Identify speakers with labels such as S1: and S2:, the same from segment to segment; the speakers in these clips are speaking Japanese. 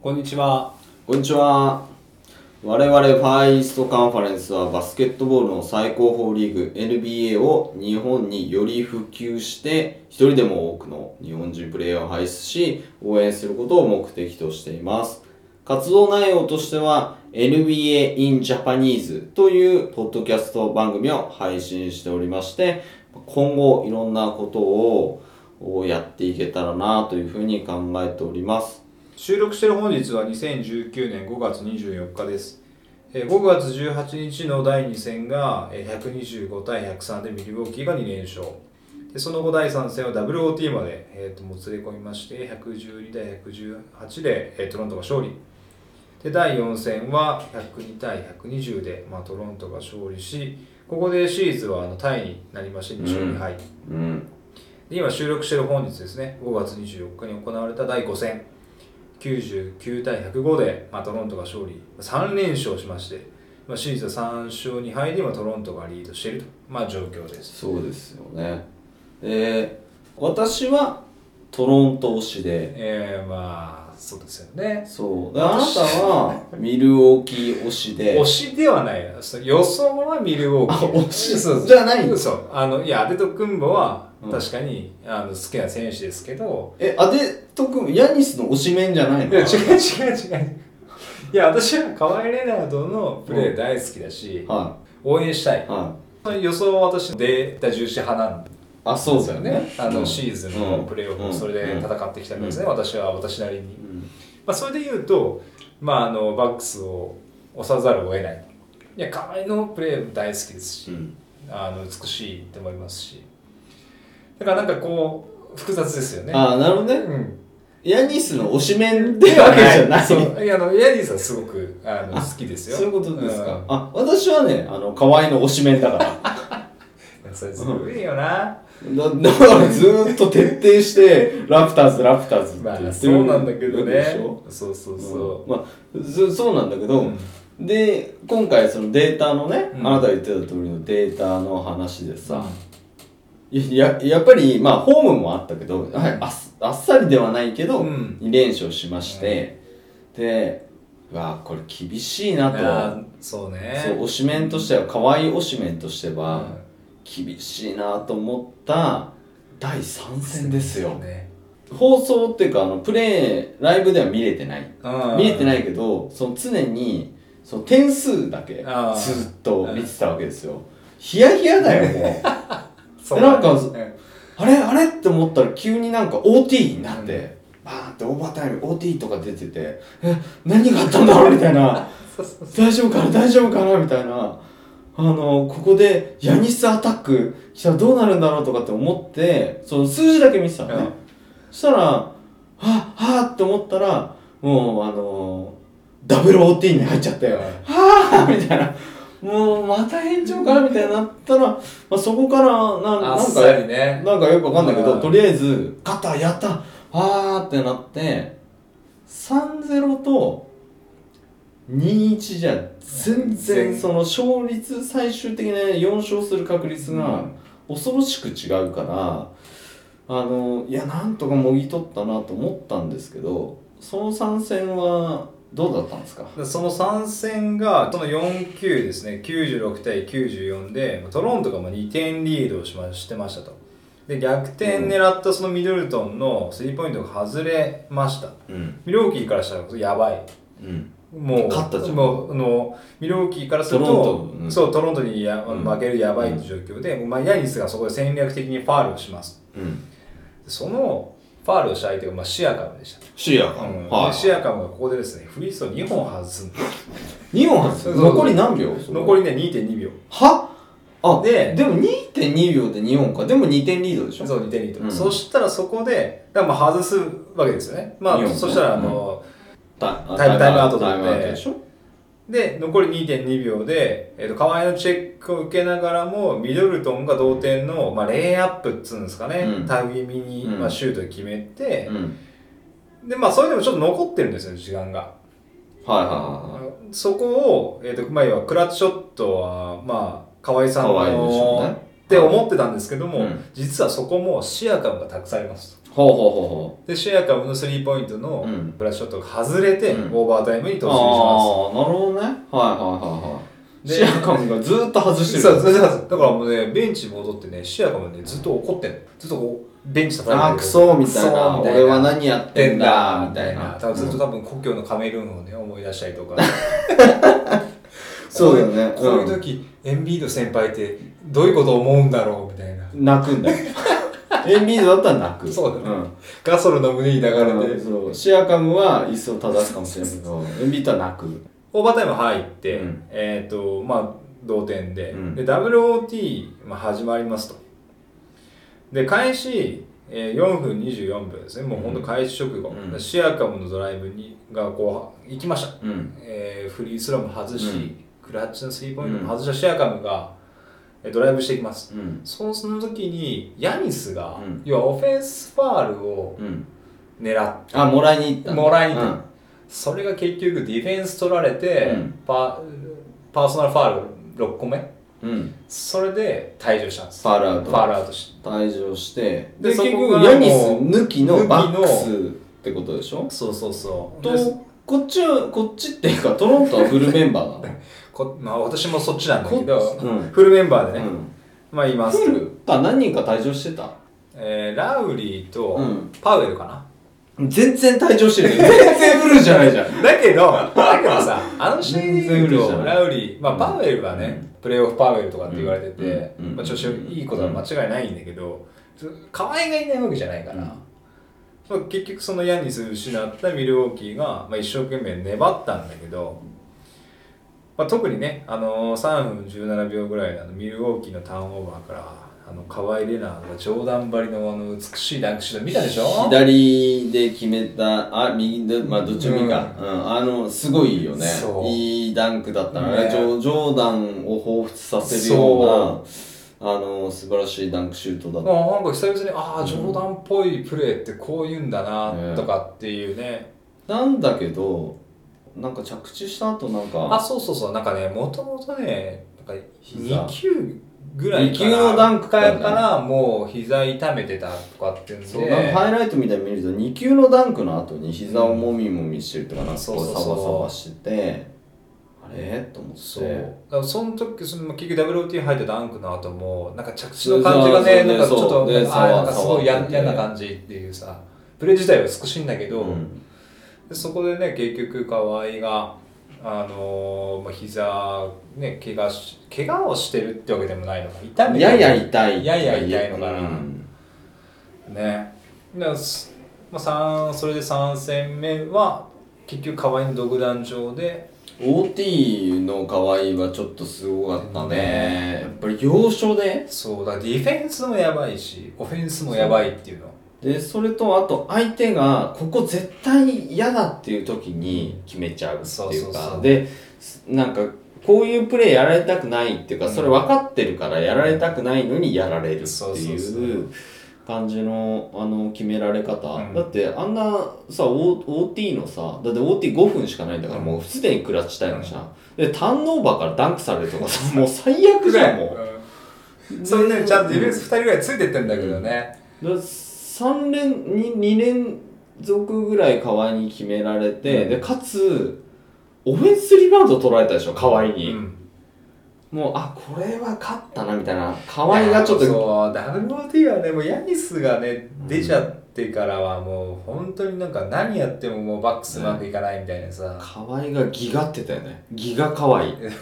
S1: こんにちは。
S2: こんにちは。我々ファーイーストカンファレンスはバスケットボールの最高峰リーグ NBA を日本により普及して一人でも多くの日本人プレイヤーを輩出し応援することを目的としています。活動内容としては NBA in Japanese というポッドキャスト番組を配信しておりまして、今後いろんなことをやっていけたらなというふうに考えております。
S1: 収録している本日は2019年5月24日です。5月18日の第2戦が125対103でミルウォーキーが2連勝。でその後第3戦は WOT まで、もつれ込みまして112対118で、トロントが勝利。で第4戦は102対120で、トロントが勝利し、ここでシリーズはタイになりまして2勝2敗。で今収録している本日ですね、5月24日に行われた第5戦。99対105で、トロントが勝利3連勝しまして、シリーズは3勝2敗で今トロントがリードしていると、状況です。
S2: そうですよね。私はトロント推しで、
S1: そうですよね。
S2: そう。あなたはミルウォーキー推しで。
S1: 推しではないよ。予想はミルウォーキー。
S2: 推しじゃないんです
S1: か。いや、アデトクンボは確かに、好きな選手ですけど。
S2: アデトクンボ、ヤニスの推しメンじゃないの？
S1: いや、違う。いや、私はカワイ・レナードのプレー大好きだし、応援したい。予想は私のデータ重視派なんで。そうですよね。シーズンのプレーオフもそれで戦ってきたんですね、私は私なりに。それで言うと、バックスを押さざるを得ない。いや、河合のプレー大好きですし、美しいと思いますし。だから複雑ですよね。
S2: なるほどね。ヤニスの推しメンってわけじゃない。
S1: ヤニスはすごく好きですよ。
S2: そういうことですか。私はね、河合の推しメンだから。
S1: それずるいよな。
S2: だからずーっと徹底してラプターズって言ってる。
S1: そうなんだけどね。そう。
S2: そうなんだけど、で今回そのデータのね、あなたが言ってた通りのデータの話でさ、やっぱりホームもあったけど、あっさりではないけど、2連勝しまして、でこれ厳しいなと。
S1: そうね。
S2: 推しメンとしては、可愛い推しメンとしては厳しいなと思った第3戦ですよ。放送っていうかライブでは見れてないけど、常に点数だけずっと見てたわけですよ。ヒヤヒヤだよもう。であれって思ったら急にOT になって、バーンってオーバータイム OT とか出てて、何があったんだろうみたいな、大丈夫かなみたいな。ここでヤニスアタック来たらどうなるんだろうとかって思って、その数字だけ見てたのね。そしたら、はぁって思ったら、もうダブル OT に入っちゃって、はぁみたいな。もうまた延長かみたいになったら、そこからなんかよくわかんないけど、とりあえず、勝った、やった、ってなって、3-0と2-1じゃ全然その勝率、最終的に4勝する確率が恐ろしく違うから、いやなんとかもぎ取ったなと思ったんですけど、その3戦はどうだったんですか？
S1: その3戦がその4-9ですね、96対94でトロントが2点リードをしてましたと。で逆転狙ったそのミドルトンのスリーポイントが外れました。ミルウォーキーからしたらやばい。もう
S2: 勝ったじゃん。
S1: ミルウォーキーからするとトロントに負けるやばい状況で、ヤニスがそこで戦略的にファールをします。そのファールをした相手がシアカムでした。シアカムがここでですね、フリースロー2本外すんだ。
S2: 2本外す？残り何秒？
S1: 残りね 2.2 秒。
S2: でも 2.2 秒で2本か。でも2点リードでしょ？
S1: そう、2点リード。そしたらそこで外すわけですよね。そしたらタイムアウトだってで残り 2.2 秒で河合のチェックを受けながらもミドルトンが同点のレイアップっつうんですかね、タイミにシュート決めて、でそれでもちょっと残ってるんですよ、時間が。そこを要はクラッチショットは河合さんのって思ってたんですけども、実はそこもシアカムが託されますと。
S2: ほうほうほうほ
S1: でシアカムのスリーポイントの
S2: うん
S1: ブラッシュショットが外れて、
S2: うん
S1: オーバータイムに突入しま
S2: ああなるほどねはいはいはいはい
S1: で
S2: シアカムがずーっと外して
S1: す。
S2: る
S1: そうだからもうね、ベンチ戻ってね、シアカムね、ずっと怒ってんの。ずっとこう、ベンチ叩いて
S2: あークソみたいな
S1: クソみたいな
S2: 俺は何やってんだみたいな
S1: 多分ずっと多分故郷のカメルーンをね、思い出したりとか。
S2: そうだよね
S1: こういう時、エンビード先輩ってどういうこと思うんだろうみたいな。
S2: 泣くんだよエンビードだったら泣く
S1: そうだねガソルの胸に流れて。
S2: そうシアカムは椅子を正すかもしれないけどエンビードは泣く
S1: オーバータイム入って、
S2: うん
S1: まあ、同点で、
S2: うん
S1: で、WOT、始まりますと。で、開始、4分24秒ですね。もう本当開始直後。
S2: うん
S1: シアカムのドライブがこう、行きました。
S2: うん
S1: フリースローも外し、
S2: うん
S1: クラッチのスリーポイントも外したシアカムが、ドライブしていきます。
S2: うん
S1: その時に、ヤニスが、
S2: うん
S1: 要はオフェンスファールを
S2: うん
S1: 狙って、
S2: あもらいに行った
S1: もらいに行った、
S2: うん
S1: それが結局ディフェンス取られて、
S2: うん
S1: パーソナルファール6個目
S2: うん
S1: それで退場したんです。
S2: ファールアウト
S1: ファールアウトし
S2: 退場して
S1: で
S2: で結
S1: そこが
S2: 局ヤニス抜きの
S1: 抜きの
S2: バックスってことでしょ
S1: そうそうそう
S2: と
S1: で
S2: こっちっていうかトロントはフルメンバーなの
S1: まあ、私もそっちなんだけど、
S2: うん
S1: フルメンバーでね、
S2: うん
S1: まあいます
S2: フルか何人か退場してた
S1: ラウリーと
S2: うん
S1: パウエルかな、
S2: 全然退場してる全然フルじゃないじゃん
S1: だけどさ、あの試合で言う
S2: 全然フルじゃ
S1: と、
S2: ない
S1: ラウリー、まあ、パウエルはね、プレーオフパウエルとかって言われてて、
S2: うん
S1: まあ、調子いいことは間違いないんだけど、河合がいないわけじゃないから、まあ、結局そのヤニス失ったミルウォーキーが、まあ、一生懸命粘ったんだけど、まあ、特にね、3分17秒ぐらいのミルウォーキーのターンオーバーから、河合レナーがジョーダン張りの美しいダンクシュート見たでしょ？
S2: 左で決めた右でまあどっちもいいか、すごいよね
S1: そう
S2: いいダンクだったね
S1: ね
S2: ジョーダンを彷彿させるような素晴らしいダンクシュートだった
S1: なんか久々にジョーダンっぽいプレーってこういうんだなとかっていうね、
S2: なんだけどなんか着地した後なんか
S1: そうなんかねもともとねなんか
S2: 膝
S1: 2球ぐらい
S2: 2球のダンク
S1: からもう膝痛めてたとかっていうんで
S2: そうなんかハイライトみたいに見ると2球のダンクの後に膝をもみもみしてるとかなんかこうサバサバしててあれと思って
S1: そうだからその時結局 WOT 入ったダンクの後もなんか着地の感じがねなんかちょっとなんかすごい嫌な感じっていうさプレー自体は美しいんだけど、でそこでね結局河合が膝ね怪我をしてるってわけでもないのか痛み
S2: やや痛い
S1: やや痛いのかな、ねでそれで3戦目は結局河合の独壇場で
S2: OT の河合はちょっとすごかったねやっぱり要所で
S1: そうだディフェンスもやばいしオフェンスもやばいっていうの
S2: でそれとあと相手がここ絶対嫌だっていう時に決めちゃうっていうかでなんかこういうプレーやられたくないっていうかそれ分かってるからやられたくないのにやられるっていう感じの決められ方、だってあんなさ OT のさだって OT5 分しかないんだからもうすでにクラッチタイムじゃん、でターンオーバーからダンクされるとかさもう最悪じゃんもう、
S1: それねちゃんとディフェンス2人ぐらいついてってんだけどね、
S2: 2連続ぐらい河合に決められて、でかつオフェンスリバウンド取られたでしょ河合に、もうこれは勝ったなみたいな河合がちょっと
S1: そう WOT はねもうヤニスがね出ちゃってからはもう本当になんか何やってももうバックスうまくいかないみたいなさ、
S2: 河合がギガってたよねギガ河合、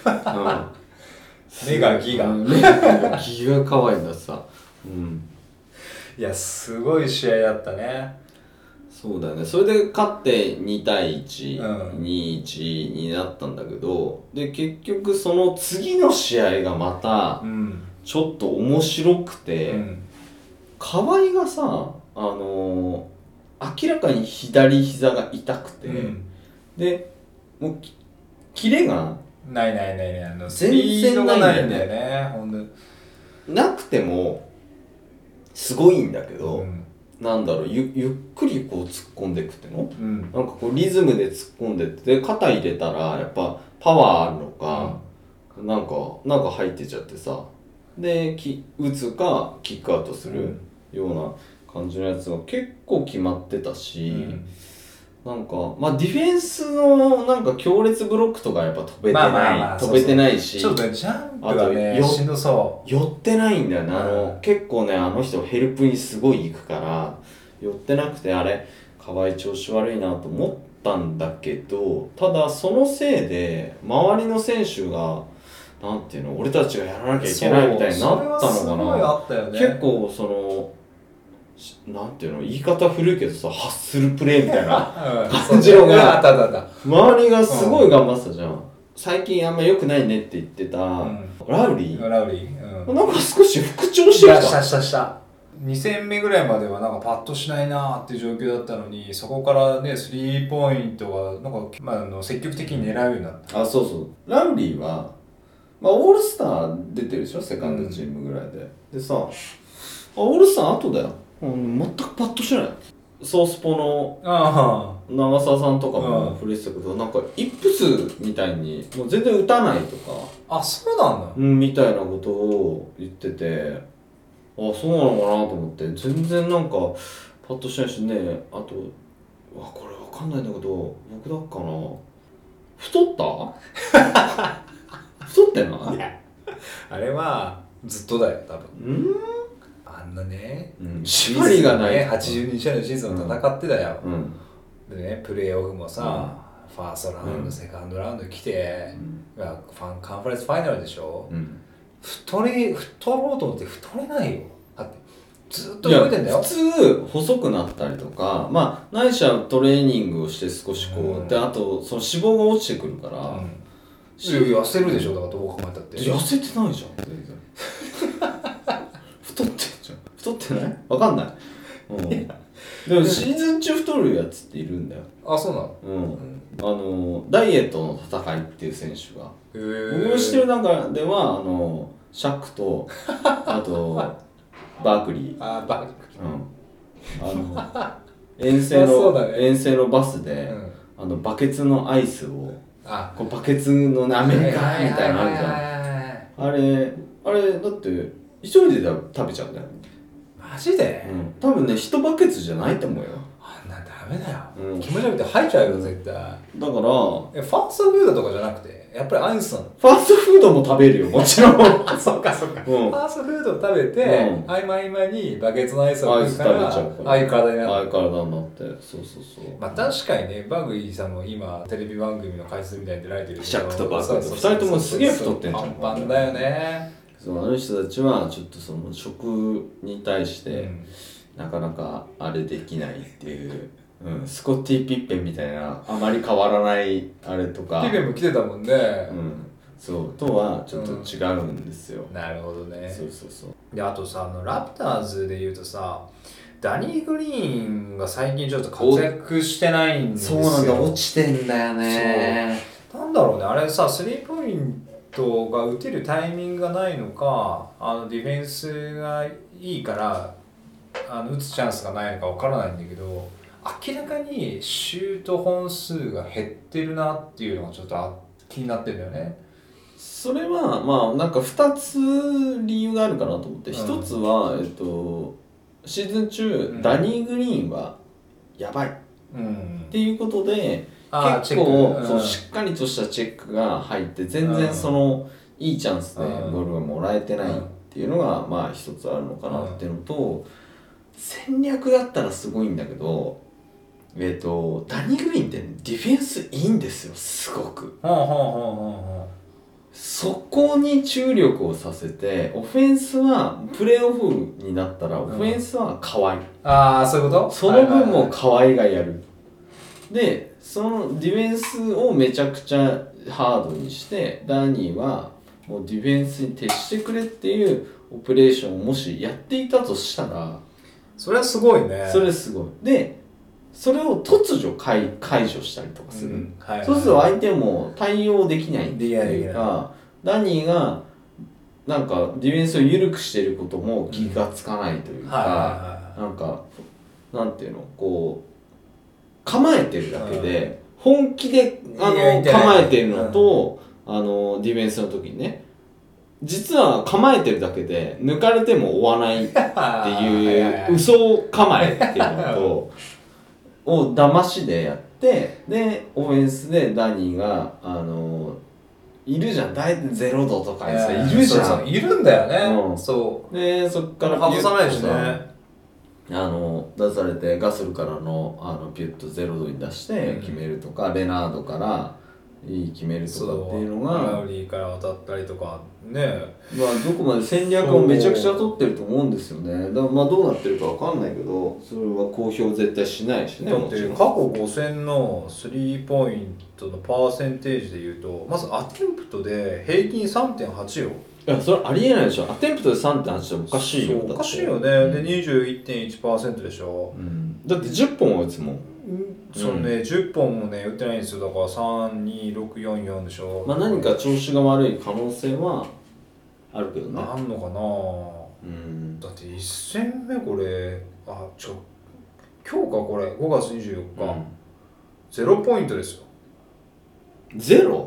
S1: 目がギガ
S2: 目がギガ河合ださ、
S1: いやすごい試合だったね。
S2: そうだよねそれで勝って2対1、
S1: 2-1
S2: になったんだけどで結局その次の試合がまたちょっと面白くて、河合がさ明らかに左膝が痛くて、でもうキレが
S1: ないスピードがないんだよねほんと
S2: なくてもすごいんだけど、なんだろうゆっくりこう突っ込んでいくっての、なんかこうリズムで突っ込んでって肩入れたらやっぱパワーあるのか、なんか入ってちゃってさで打つかキックアウトするような感じのやつが結構決まってたし、
S1: うん、
S2: なんかまあディフェンスのなんか強烈ブロックとかやっぱ飛べてない、飛べてないし、
S1: ちょっとねジャンプがねしんどそう、
S2: 寄ってないんだよね、結構ねあの人ヘルプにすごい行くから寄ってなくて、あれ河合調子悪いなと思ったんだけど、ただそのせいで周りの選手がなんていうの、俺たちがやらなきゃいけないみたいになったのかな。
S1: すごいあったよね。
S2: 結構そのなんていうの、言い方古いけどさ、発するプレーみたいな感じのが周りがすごい頑張ってたじゃん、最近あんま良くないねって言ってた、ラウリー、なんか少し復調してきた。
S1: した2戦目ぐらいまではなんかパッとしないなーっていう状況だったのに、そこからねスリーポイントがなんか、まあ、積極的に狙うようになった。
S2: あ、そうそう、ラウリーは、まあ、オールスター出てるでしょ、セカンドチームぐらいで、でさ、オールスター後だよ、全くパッとしない。ソースポの長澤さんとかも触れてたけど、なんかイップスみたいにもう全然打たないとか、
S1: あ、そうなんだ、
S2: みたいなことを言ってて、あ、そうなのかなと思って、全然なんかパッとしないしね。あと、これわかんないんだけど、僕だっかな、太った太ってない？いや、
S1: あれはずっとだよ多分。あんなね、
S2: 縛りがない、
S1: 82試合のシーズンを戦ってたよ、でね、プレーオフもさ、ファーストラウンド、セカンドラウンド来て、カンファレンスファイナルでしょ、太ろうと思って太れないよ。だってずっと動いてんだよ。
S2: 普通細くなったりとか、まあないしはトレーニングをして少しこう、であとその脂肪が落ちてくるから、
S1: 痩せるでしょ、だからどう考えたって。
S2: 痩せてないじゃん全然太ってんじゃん。太ってない？わかんない。でもシーズン中太るやつっているんだよ。
S1: あ、そうな
S2: の？ダイエットの戦いっていう選手が、僕がしてる中ではシャックとあとバークリー、遠征のバスで、バケツのアイスを、こうバケツのアメリカみたいなのあるじゃん。あれだって一人で食べちゃうんだよ。
S1: マジで？
S2: 多分ね、一バケツじゃないと思うよ。
S1: あんなダメだよ、気持ち悪くて吐いちゃうよ絶対。だからファーストフードとかじゃなくてやっぱりアイスなの？
S2: ファーストフードも食べるよ、もちろん
S1: そっか、ファーストフードを食べて、合間にバケツのアイスを食べからああいう体になって、そうまあ確かにね、バグイさんも今テレビ番組の解説みたいに出られてるけど、
S2: シャックとバグイ2人ともすげえ太ってんじゃん。
S1: パンパンだよね。
S2: あの人たちはちょっとその食に対して、なかなかあれできないっていう、スコッティ・ピッペンみたいなあまり変わらないあれとか、
S1: ピッペンも来てたもんね、
S2: そうとはちょっと違うんですよ、
S1: なるほどね。
S2: そう
S1: で、あとさ、ラプターズでいうとさ、ダニー・グリーンが最近ちょっと活躍してないんですよ。
S2: そうなんだ、落ちてんだよね。
S1: なんだろうね、あれさ、スリーポイントが打てるタイミングがないのか、ディフェンスがいいから打つチャンスがないのかわからないんだけど、明らかにシュート本数が減ってるなっていうのがちょっと気になってるんだよね。
S2: それはまあなんか2つ理由があるかなと思って、1つは、シーズン中、ダニー・グリーンはやばい、っていうことで結構しっかりとしたチェックが入って全然そのいいチャンスでボールがもらえてないっていうのがまあ一つあるのかなっていうのと、戦略だったらすごいんだけど、ダニー・グリーンってディフェンスいいんですよ、すごく。そこに注力をさせて、オフェンスはプレーオフになったらオフェンスは河合、
S1: そういうこと？
S2: その分も河合がやる。でそのディフェンスをめちゃくちゃハードにして、ダニーはもうディフェンスに徹してくれっていうオペレーションをもしやっていたとしたら、
S1: それはすごいね。
S2: それすごい。でそれを突如解除したりとかする、そうすると相手も対応できないっていうか、ダニーがなんかディフェンスを緩くしていることも気がつかないというか、なんかなんていうの、こう構えてるだけで、本気で構えてるのと、ディフェンスの時にね、 実は構えてるだけで抜かれても追わないっていう嘘構えっていうのとを騙しでやって、でオフェンスでダニーがいるじゃん、大体0度とかにさいるじゃん。
S1: そういるんだよね、
S2: うん、
S1: そう
S2: でそっから
S1: 外さないしね、
S2: 出されてガスルからのピュッと0度に出して決めるとか、レナードからいい決めるとかっていうのが
S1: ラウリーから渡ったりとかね、
S2: まあどこまで戦略もめちゃくちゃ取ってると思うんですよね。だからまあどうなってるかわかんないけど、それは公表絶対しないしね。
S1: だって過去5戦のスリーポイントのパーセンテージでいうと、まずアテンプトで平均 3.8 よ。
S2: いやそれありえないでしょ。アテンプトで 3.8 っておかしいよ。
S1: おかしいよね、で 21.1% でしょ、
S2: だって10本は打つもん。
S1: そうね、10本もね打ってないんですよ。だから32644でしょ。
S2: まあ何か調子が悪い可能性はあるけどね。
S1: あんのかな、だって1戦目これ今日かこれ5月24日、0ポイントですよ。
S2: ゼロ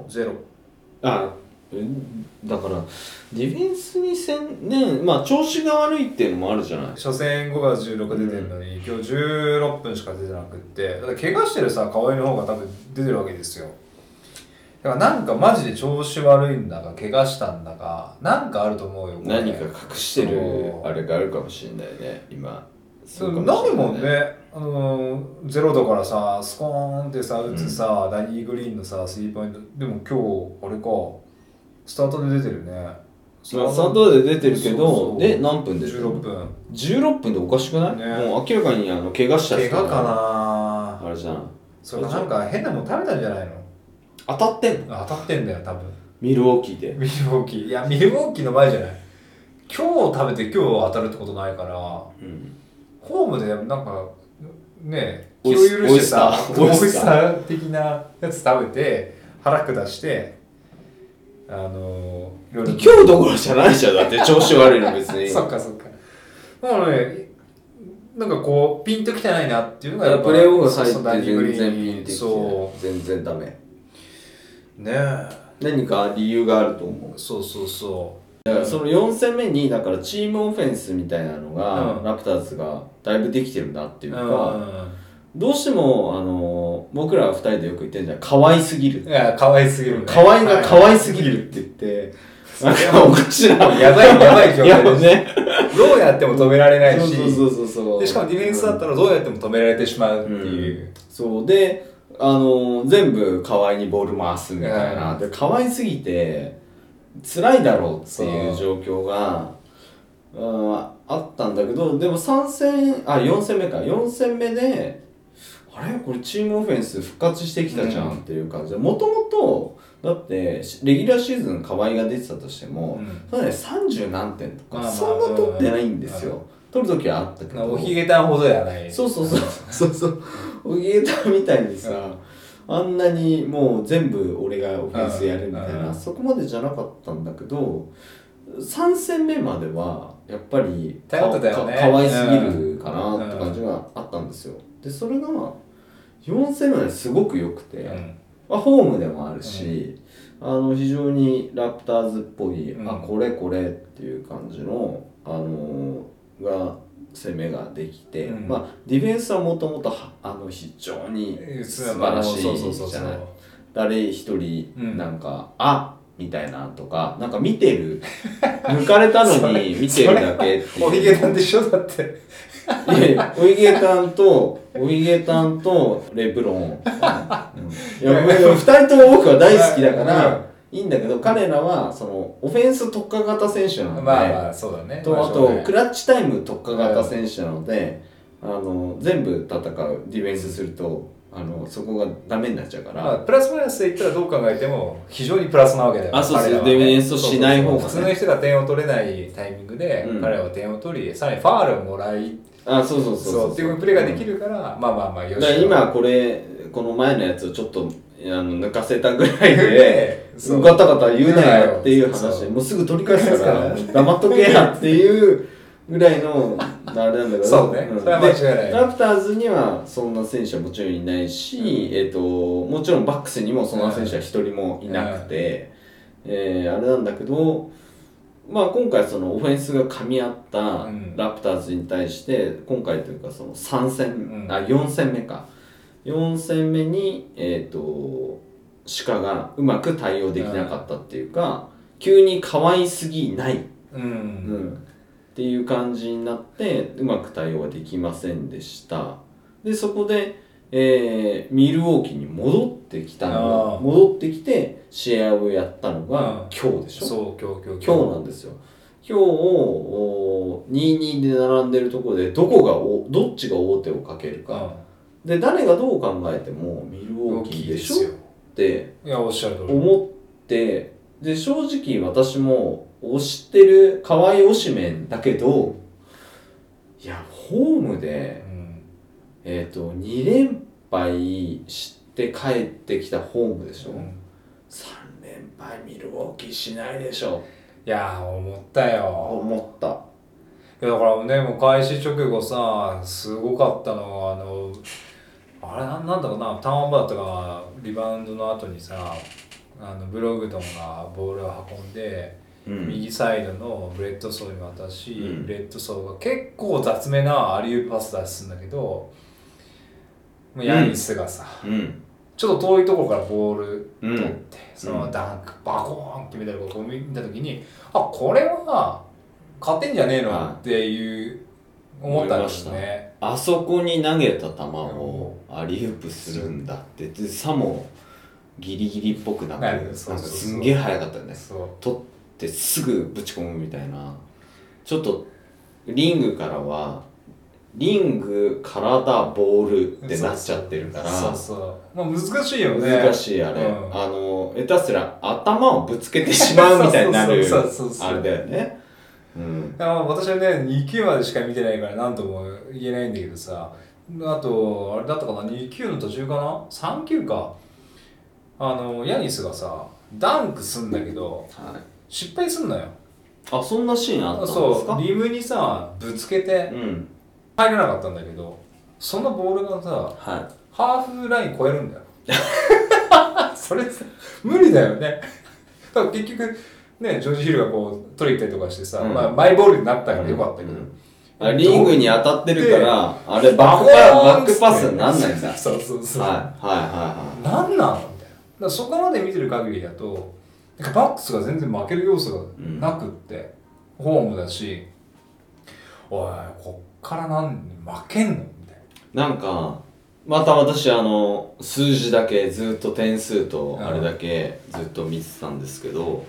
S1: 0。
S2: だからディフェンスにまあ調子が悪いっていうのもあるじゃない。
S1: 初戦5月16日出てるのに、今日16分しか出てなくって、だから怪我してるさ河合の方が多分出てるわけですよ。だからなんかマジで調子悪いんだか怪我したんだかなんかあると思うよ。
S2: 何か隠してるあれがあるかもしれないね今。
S1: ないもんね。0度からさスコーンってさ打つさ、ダニー・グリーンのさスリーポイントでも今日あれかスタートで出てるね。
S2: スタートで出てるけど、で何分で
S1: 16分
S2: 16分でおかしくない、ね、もう明らかに怪我した人
S1: 怪我かな
S2: あれじゃん。
S1: それかなんか変なもん食べたんじゃないの。
S2: 当たってんの。
S1: 当たってんだよ多分。
S2: ミルウォーキーで。
S1: ミルウォーキー、いやミルウォーキーの前じゃない。今日食べて今日当たるってことないから、ホームでなんかね気を許してさオイスター的なやつ食べて腹下して
S2: 今日どころじゃないじゃん。だって調子悪いの別に
S1: そっかそっか。だからねなんかこうピンときてないなっていうのが
S2: やっぱプレーオフが入って全然ピンときて
S1: そう
S2: 全然ダメ
S1: ねえ。
S2: 何か理由があると思う。
S1: そう
S2: だからその4戦目にだからチームオフェンスみたいなのが、ラプターズがだいぶできてるなっていうか、どうしても僕ら2人でよく言ってるじゃん、可愛すぎる。
S1: いや可愛すぎる、ね、
S2: 可愛が可愛すぎるって言って、なんかおかしな
S1: やばい状態です
S2: ね。
S1: どうやっても止められないし、
S2: そう
S1: でしかもディフェンスだったらどうやっても止められてしまうっていう、
S2: そうで全部河合にボール回すみたいな、で可愛すぎて辛いだろうっていう状況があったんだけど、でも4戦目であれこれチームオフェンス復活してきたじゃんっていう感じで、もともとだってレギュラーシーズン河合が出てたとしても、それね30何点とかそんな取ってないんですよ。取る時はあったけど
S1: おひげたんほどやない。
S2: そうおひげたんみたいにさ、あんなにもう全部俺がオフェンスやるみたいな、そこまでじゃなかったんだけど、3戦目まではやっぱり
S1: 頼ってたよね。
S2: 可愛すぎるかなって感じがあったんですよ。でそれが4戦目はすごく良くて、ホームでもあるし、非常にラプターズっぽい、これっていう感じの攻めができて、ディフェンスはもともと非常に素晴らしいじゃない。誰一人なんか、みたいなとか、なんか見てる抜かれたのに見てるだけっていう。
S1: おひげたんでしょだって。
S2: おひげたんとレブロン、いや2人とも僕は大好きだからいいんだけど、彼らはそのオフェンス特化型選手なので、
S1: そうだね。
S2: あとクラッチタイム特化型選手なので、全部戦うディフェンスするとそこがダメになっちゃうから、
S1: プラスマイナスで言ったらどう考えても非常にプラスなわけだよね。
S2: そうディフェンスをしない方がね、
S1: 普通の人が点を取れないタイミングで、彼らは点を取り、さらにファールをもらい、そうっていうプレーができるから、よし。
S2: だから今この前のやつをちょっと抜かせたぐらいでガタガタ言うなよっていう話で、もうすぐ取り返すから黙っとけやっていうぐらいのあれなんだけど、
S1: そうね、それは間違いない。
S2: ラプターズにはそんな選手はもちろんいないし、もちろんバックスにもそんな選手は一人もいなくて、あれなんだけど、 まあ今回そのオフェンスが噛み合った
S1: うん
S2: ラプターズに対して今回というかその3戦、
S1: うん
S2: 4戦目か4戦目に鹿がうまく対応できなかったっていうか、急に可愛すぎない、っていう感じになってうまく対応ができませんでした。でそこで、ミルウォーキーに戻ってきて試合をやったのが今日でしょ。
S1: そう今
S2: 日なんですよ。今日2-2で並んでるところでどっちが王手をかけるか、で誰がどう考えてもミルウォーキーでしょって
S1: おっしゃる通り
S2: 思って、で正直私も推してる河合推しメンだけど、いやホームで、2連敗して帰ってきたホームでしょ、3連敗ミルウォーキーしないでしょ。
S1: いや思ったよ。
S2: 思った。
S1: いやだからね、もう開始直後さ、すごかったのはあれなんだろうな、ターンオーバーだったかリバウンドの後にさ、ブログドンがボールを運んで、右サイドのブレッドソーに渡し、ブレッドソーが結構雑めなアリウープパス出すんだけど、ヤニスがさ、ちょっと遠いところからボール取って、そのダンクバコーン決めたりを見た時に、これは勝てんじゃねえのっていう思ったんですね。
S2: あそこに投げた球をアリウープするんだって、でさもギリギリっぽくなって、なんかすんげえ速かったよね。取ってすぐぶち込むみたいな。ちょっとリングからはリング、体、ボールってなっちゃってるから、
S1: まあ難しいよね。
S2: 難しいあれ、下手すら頭をぶつけてしまうみたいになるあれだよね。
S1: 私はね2級までしか見てないから何とも言えないんだけどさ、あとあれだったかな、2級の途中かな、3級か、ヤニスがさダンクすんだけど、失敗すんのよ。
S2: そんなシーンあったんですか。
S1: そう、リムにさぶつけて入らなかったんだけど、そのボールがさ、ハーフライン超えるんだよ。それさ無理だよね。だから結局ね、ジョージ・ヒルがこう取りに行ったりとかしてさ、マイボールになったからよかったけど、
S2: リングに当たってるからあれバックパスになんないんだ。
S1: そうなんなのみたいな。だからそこまで見てる限りだとバックスが全然負ける要素がなくって、ホームだし、おいこっから負けんのみたい
S2: な。なんかまた私数字だけずっと点数とあれだけずっと見てたんですけど、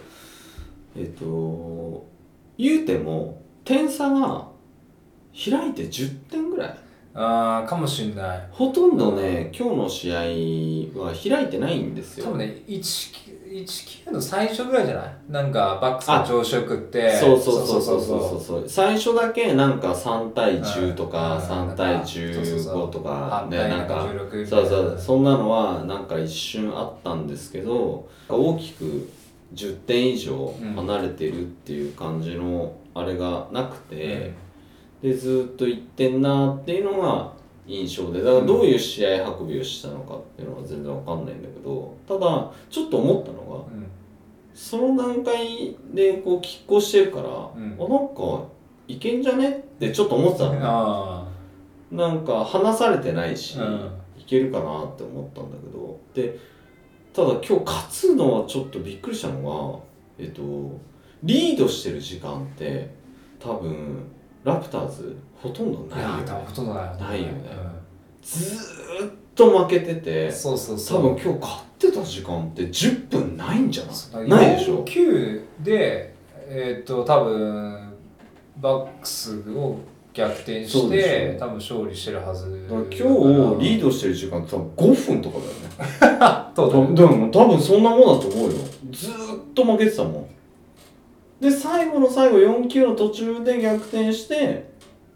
S2: 言うても点差が開いて10点ぐらい
S1: かもしんない。
S2: ほとんどね、今日の試合は開いてないんですよ。
S1: 多分ね1-9の最初ぐらいじゃない、なんかバックスが調子よくって、
S2: そう最初だけなんか3対10とか3対15とかね、なんかそんなのはなんか一瞬あったんですけど、大きく10点以上離れてるっていう感じのあれがなくて、でずっといってんなっていうのが印象で、だからどういう試合運びをしたのかっていうのは全然わかんないんだけど、ただちょっと思ったのが、その段階でこう拮抗してるから、なんかいけんじゃねってちょっと思ってたのね。なんか離されてないし、いけるかなって思ったんだけど、でただ今日勝つのはちょっとびっくりしたのが、リードしてる時間って多分ラプターズほとんどないよね。ないよね。ずーっと負けてて、多分今日勝ってた時間って10分ないんじゃない？ないでしょ。
S1: 4-9で多分バックスを逆転して多分勝利してるはず。
S2: 今日リードしてる時間って多分5分とかだよね。多分そんなもんだと思うよ。ずーっと負けてたもん。で最後の最後4-9の途中で逆転して、で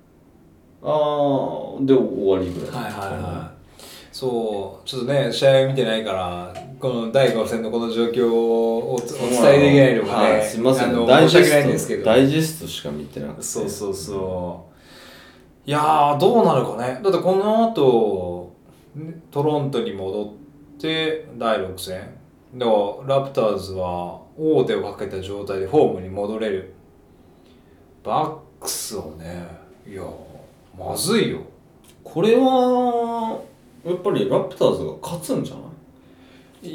S2: 終わりぐらい。
S1: そうちょっとね試合を見てないからこの第5戦のこの状況をお伝えできないのがね、
S2: すみません、
S1: 申し訳ないんですけど、
S2: ダイジェストしか見てなくて。
S1: いやーどうなるかね。だってこの後トロントに戻って第6戦だからラプターズは王手をかけた状態でホームに戻れるバックスをね、いやまずいよ。
S2: これはやっぱりラプターズが勝つんじゃない？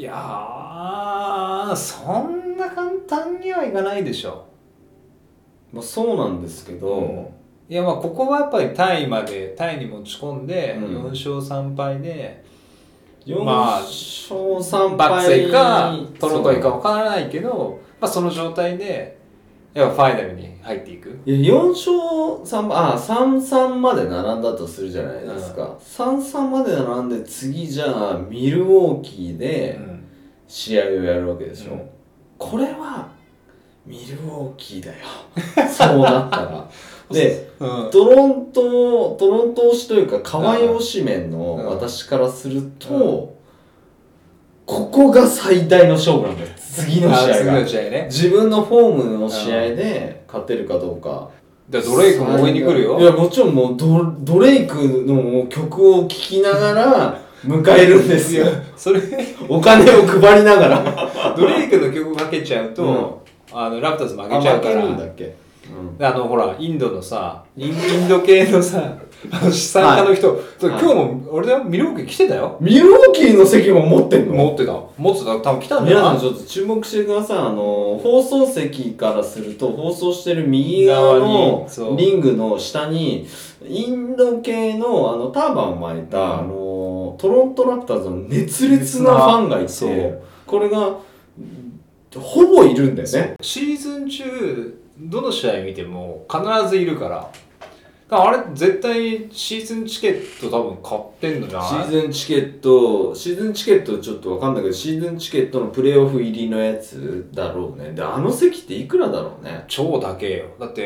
S1: いやー、そんな簡単にはいかないでしょ。
S2: まあそうなんですけど、
S1: いや、まあここはやっぱりタイに持ち込んで、
S2: うん
S1: 4勝3敗で、
S2: 4
S1: まあ
S2: 勝3敗、
S1: バックスへ行くかトロントへ行くか分からないけど、まあ、その状態でやっぱファイナルに入っていく。
S2: いや4勝3敗、3-3まで並んだとするじゃないですか、3-3まで並んで次じゃあミルウォーキーで試合をやるわけでしょ、これはミルウォーキーだよそうなったらで、トロント推しというか河合推しメンの私からすると、ここが最大の勝負なんだよ、次の試合が。
S1: ね、
S2: 自分のフォームの試合で勝てるかどうか。
S1: ドレイクも応援に来るよ。
S2: いや、もちろんもうドレイクの曲を聴きながら迎えるんですよ。
S1: それ
S2: お金を配りながら。
S1: ドレイクの曲かけちゃうと、ラプターズ負けちゃうから。
S2: 負けるんだっけ？
S1: ほら、インドのさ、インド系のさ、資産家の人、今日も、俺だよ、ミルウォーキー来てたよ。
S2: ミルウォーキーの席も持ってんの？
S1: 持ってた、多分来たんだよ。
S2: 皆さんちょっと注目してください。放送席からすると、放送してる右側のリングの下に、インド系のターバンを巻いた、トロントラプターズの熱烈なファンがいて、これが、ほぼいるんだよね。
S1: シーズン中、どの試合見ても必ずいるから。あれ絶対シーズンチケット多分買ってんのじゃない？
S2: シーズンチケットちょっとわかんないけど、シーズンチケットのプレーオフ入りのやつだろうね。で、席っていくらだろうね。
S1: 超高えよ。だって、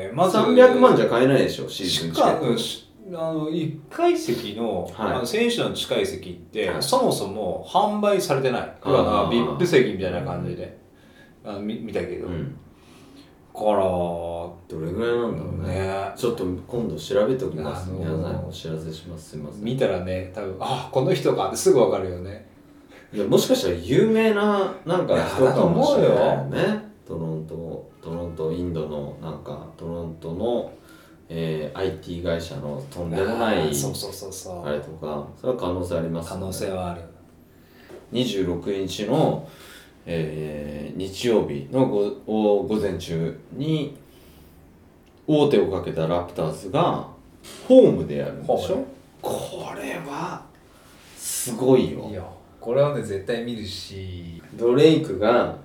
S1: まず
S2: 300万じゃ買えないでしょ、シーズンチケット。
S1: 1階席の、選手の近い席って、そもそも販売されてない。VIP 席みたいな感じで見たけど。から
S2: どれぐらいなんだろうね。ちょっと今度調べておきます。皆さんお知らせします。すいません。
S1: 見たらね、多分この人かってすぐわかるよね。
S2: いや、もしかしたら有名ななんか人かもしれないよね。トロントインドのなんかトロントのIT 会社のとんでもないあれとか、それは可能性ありますね。
S1: 可能性はある。
S2: 26日の日曜日の午前中に王手をかけたラプターズがホームでやるんでしょ。これはすごいよ。
S1: いや、これはね絶対見るし、
S2: ドレイクが、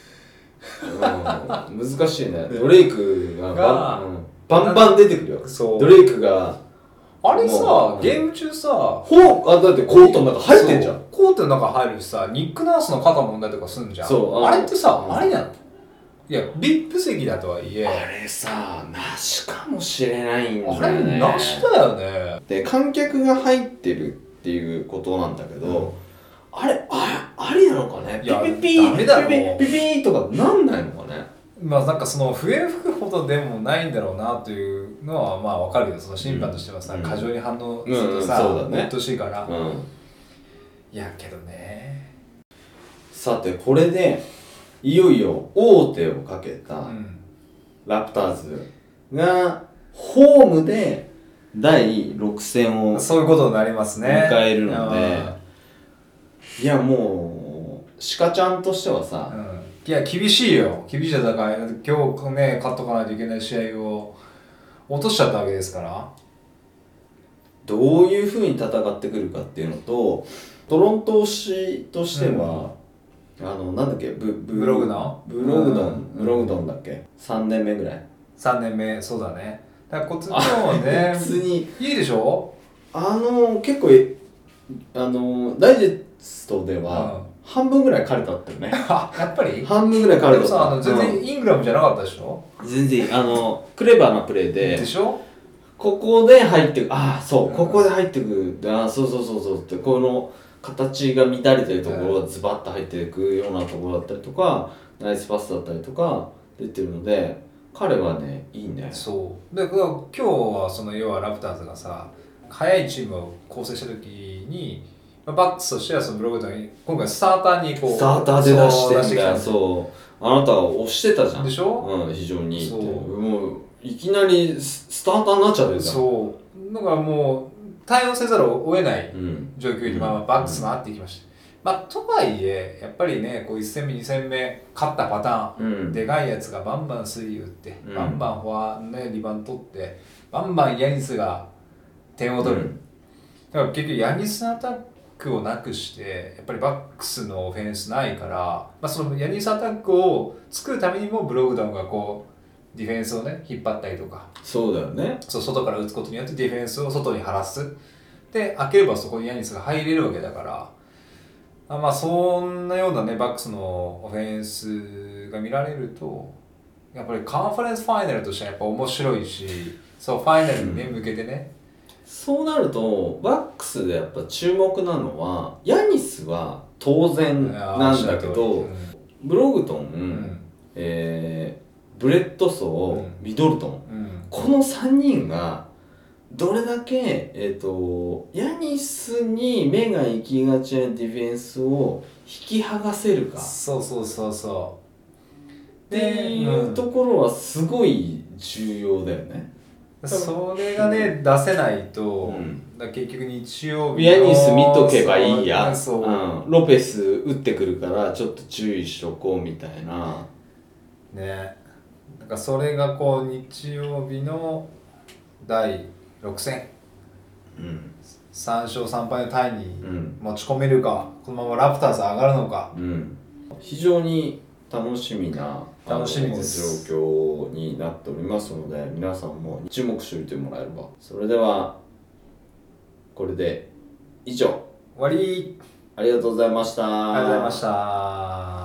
S2: 難しいね。ドレイクがバンバン出てくるよ。ドレイクが
S1: あれさ、ゲーム中さ、
S2: だってコートの中入ってんじゃん。
S1: コートの中入るしさ、ニックナースの肩問題とかすんじゃん。あれってさ、あれなの？いや、VIP 席だとはいえ。
S2: あれさ、なしかもしれないんだよね。
S1: あれ、なしだよね。
S2: で、観客が入ってるっていうことなんだけど、ありなのかね？
S1: いや、
S2: ピピーとかなんないのかね？
S1: まあなんかその笛吹くほどでもないんだろうなというのはまあわかるよ。その審判としてはさ、過剰に反応するとさ、うっとしいから。いやけどね。
S2: さて、これでいよいよ王手をかけたラプターズがホームで第6戦を
S1: そういうことになりますね。
S2: 迎えるので、いやもう鹿ちゃんとしてはさ、
S1: いや厳しいよ。厳しい戦い。今日ね勝っとかないといけない試合を落としちゃったわけですから。
S2: どういう風に戦ってくるかっていうのと、トロント推しとしては、なんだっけ、ブログドンだっけ、3年目ぐらい。
S1: 3年目、そうだね。だからこっちのね、
S2: 普通に
S1: いいでしょ。
S2: 結構ダイジェストでは、半分ぐらい彼だったよね。
S1: やっぱり
S2: 半分ぐらい彼だった。
S1: でもさ、全然イングラムじゃなかったでしょ。
S2: 全然クレバーなプレーで
S1: しょ。
S2: ここで入ってく、ここで入ってくる、そうって、この形が乱れてるところがズバッと入っていくようなところだったりとか、ナイスパスだったりとか出てるので、彼はね、いいね。
S1: そうで、今日はその要はラプターズがさ、速いチームを構成した時にバックスとしてはそのブログドに今回スターターに
S2: スターターで出してんだよ。そう、あなたは押してたじゃん。
S1: でしょ。
S2: 非常にいいって。もういきなりスターターになっちゃってるじゃん。
S1: そうだからもう対応せざるを得ない状況にバックスがあっていきました。とはいえやっぱりねこう1戦目2戦目勝ったパターン、でかいやつがバンバンスリー打って、バンバンフォア、ね、リバウンド取ってバンバンヤニスが点を取る、だから結局ヤニスアタックをなくしてやっぱりバックスのオフェンスないから、そのヤニスアタックを作るためにもブログダウンがこうディフェンスをね引っ張ったりとか、
S2: そうだよね。
S1: そう外から打つことによってディフェンスを外に張らす。で開ければそこにヤニスが入れるわけだから、そんなようなねバックスのオフェンスが見られるとやっぱりカンファレンスファイナルとしてはやっぱ面白いし、そうファイナルにね、向けてね。
S2: そうなるとバックスでやっぱ注目なのはヤニスは当然なんだけど、ブログトン、ブレッドソー、ミドルトン、この3人がどれだけ、ヤニスに目が行きがちなディフェンスを引き剥がせるかっていうところはすごい重要だよね。
S1: それがね出せないと、結局日曜日
S2: ヤニス見とけばいいや、ロペス打ってくるからちょっと注意しとこうみたいな
S1: ね。なんかそれがこう日曜日の第6戦、3勝3敗のタイに持ち込めるか、このままラプターズ上がるのか、
S2: 非常に楽しみな
S1: 楽しみです
S2: 状況になっておりますので、皆さんも注目しておいてもらえれば。それではこれで以上、
S1: 終わり。
S2: ありがとうございました。
S1: ありがとうございました。